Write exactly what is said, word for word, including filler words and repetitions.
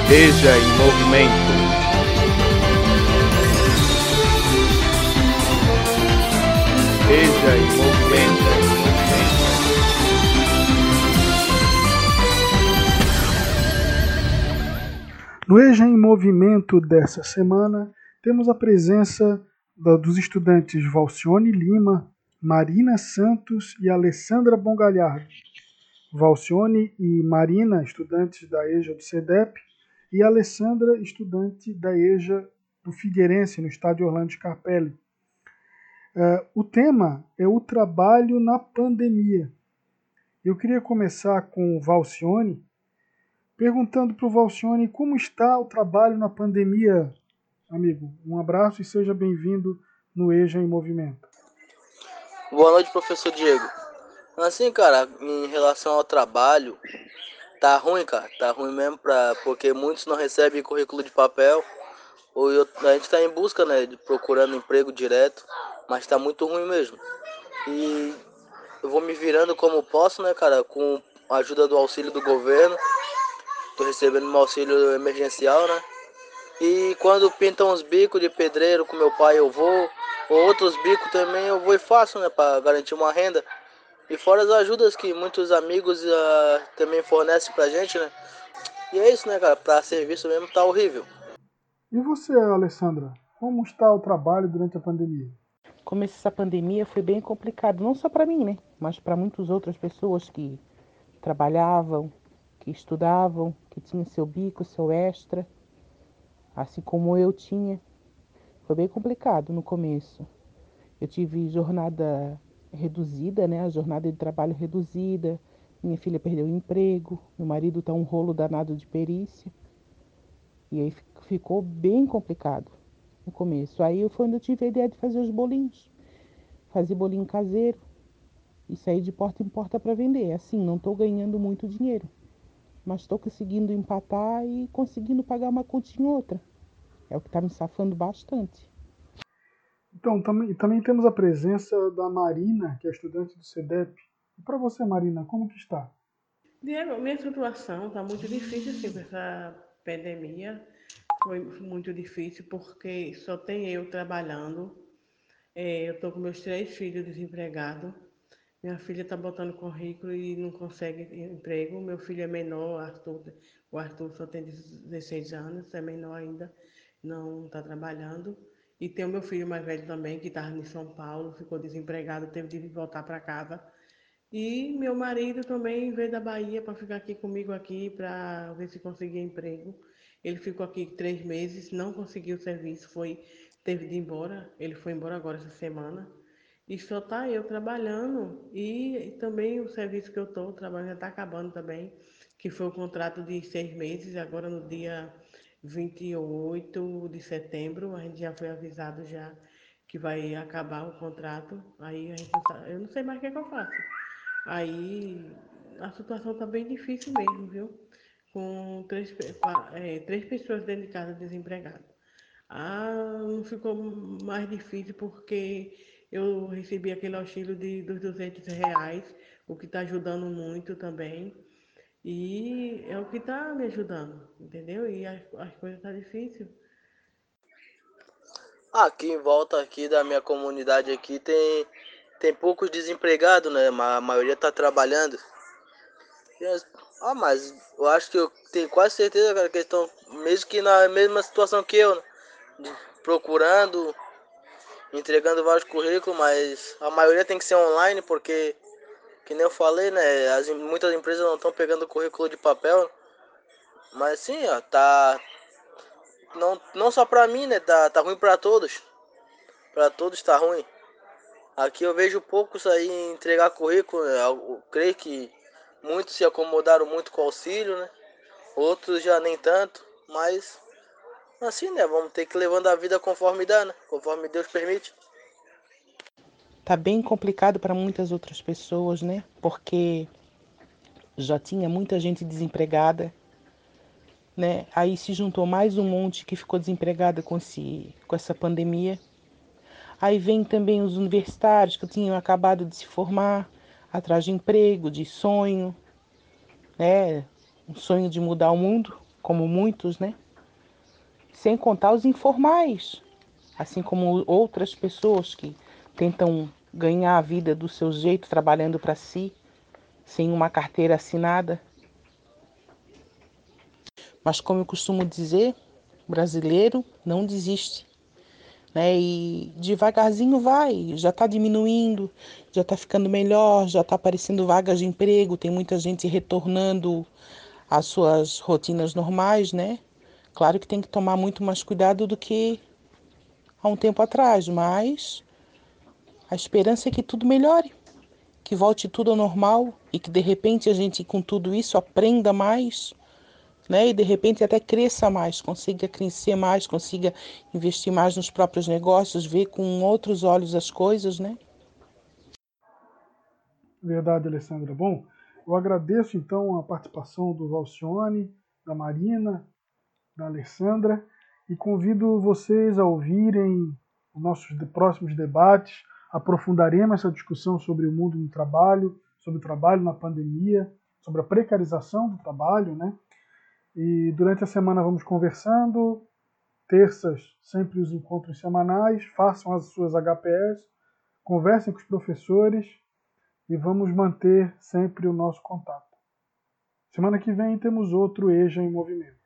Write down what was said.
Veja em movimento. Veja em movimento. No EJA em Movimento dessa semana, temos a presença da, dos estudantes Valcione Lima, Marina Santos e Alessandra Bongalhardo. Valcione e Marina, estudantes da EJA do SEDEP, e Alessandra, estudante da EJA do Figueirense, no estádio Orlando Scarpelli. Uh, o tema é o trabalho na pandemia. Eu queria começar com o Valcione, perguntando para o Valcione como está o trabalho na pandemia, amigo. Um abraço e seja bem-vindo no EJA em Movimento. Boa noite, professor Diego. Assim, cara, em relação ao trabalho, tá ruim, cara. Tá ruim mesmo, pra, porque muitos não recebem currículo de papel. Ou eu, a gente tá em busca, né, de procurando emprego direto, mas tá muito ruim mesmo. E eu vou me virando como posso, né, cara, com a ajuda do auxílio do governo. Tô recebendo meu auxílio emergencial, né? E quando pintam uns bicos de pedreiro com meu pai eu vou, ou outros bicos também eu vou e faço, né, para garantir uma renda. E fora as ajudas que muitos amigos uh, também fornecem pra gente, né? E é isso, né, cara? Pra serviço mesmo tá horrível. E você, Alessandra, como está o trabalho durante a pandemia? Como essa pandemia foi bem complicado, não só para mim, né? Mas para muitas outras pessoas que trabalhavam, que estudavam, que tinham seu bico, seu extra, assim como eu tinha. Foi bem complicado no começo. Eu tive jornada reduzida, né? A jornada de trabalho reduzida. Minha filha perdeu o emprego. Meu marido tá um rolo danado de perícia. E aí ficou bem complicado no começo. Aí foi quando eu tive a ideia de fazer os bolinhos. Fazer bolinho caseiro e sair de porta em porta para vender. Assim, não estou ganhando muito dinheiro, mas estou conseguindo empatar e conseguindo pagar uma continha ou outra. É o que está me safando bastante. Então, também, também temos a presença da Marina, que é estudante do SEDEP. E para você, Marina, como que está? Diego, minha situação está muito difícil assim, com essa pandemia. Foi muito difícil porque só tem eu trabalhando. É, eu estou com meus três filhos desempregados. Minha filha está botando currículo e não consegue emprego. Meu filho é menor, Arthur, o Arthur só tem dezesseis anos, é menor ainda, não está trabalhando. E tem o meu filho mais velho também, que estava em São Paulo, ficou desempregado, teve de voltar para casa. E meu marido também veio da Bahia para ficar aqui comigo aqui, para ver se conseguia emprego. Ele ficou aqui três meses, não conseguiu serviço, foi, teve de ir embora. Ele foi embora agora essa semana. E só tá eu trabalhando e também o serviço que eu estou trabalhando já está acabando também, que foi o contrato de seis meses, agora no dia vinte e oito de setembro, a gente já foi avisado já que vai acabar o contrato. Aí a gente não sabe, eu não sei mais o que, é que eu faço. Aí a situação tá bem difícil mesmo, viu? Com três, é, três pessoas dentro de casa desempregadas. Ah, não ficou mais difícil porque eu recebi aquele auxílio de, dos duzentos reais, o que está ajudando muito também. E é o que está me ajudando, entendeu? E as, as coisas estão tá difíceis. Aqui em volta aqui da minha comunidade aqui tem, tem poucos desempregados, né? A maioria tá trabalhando. Ah, mas eu acho que eu tenho quase certeza, cara, que eles estão mesmo que na mesma situação que eu, né? De- procurando, entregando vários currículos, mas a maioria tem que ser online, porque, que nem eu falei, né? As, muitas empresas não estão pegando currículo de papel, mas sim, ó, tá. Não, não só pra mim, né? Tá, tá ruim pra todos. Pra todos tá ruim. Aqui eu vejo poucos aí entregar currículo, né? Eu creio que muitos se acomodaram muito com o auxílio, né? Outros já nem tanto, mas assim, né? Vamos ter que ir levando a vida conforme dá, né? Conforme Deus permite. Tá bem complicado para muitas outras pessoas, né? Porque já tinha muita gente desempregada, né? Aí se juntou mais um monte que ficou desempregada com, esse, com essa pandemia. Aí vem também os universitários que tinham acabado de se formar, atrás de emprego, de sonho, né? Um sonho de mudar o mundo. como muitos, né? Sem contar os informais, assim como outras pessoas que tentam ganhar a vida do seu jeito, trabalhando para si, sem uma carteira assinada. Mas como eu costumo dizer, brasileiro não desiste, né? E devagarzinho vai, já está diminuindo, já está ficando melhor, já está aparecendo vagas de emprego, tem muita gente retornando às suas rotinas normais, né? Claro que tem que tomar muito mais cuidado do que há um tempo atrás, mas a esperança é que tudo melhore, que volte tudo ao normal e que de repente a gente com tudo isso aprenda mais, né? E de repente até cresça mais, consiga crescer mais, consiga investir mais nos próprios negócios, ver com outros olhos as coisas, né? Verdade, Alessandra. Bom, eu agradeço então a participação do Valcione, da Marina, da Alessandra e convido vocês a ouvirem os nossos próximos debates. Aprofundaremos essa discussão sobre o mundo do trabalho, sobre o trabalho na pandemia, sobre a precarização do trabalho, né? E durante a semana vamos conversando. Terças, sempre os encontros semanais. Façam as suas H P S, conversem com os professores e vamos manter sempre o nosso contato. Semana que vem temos outro EJA em Movimento.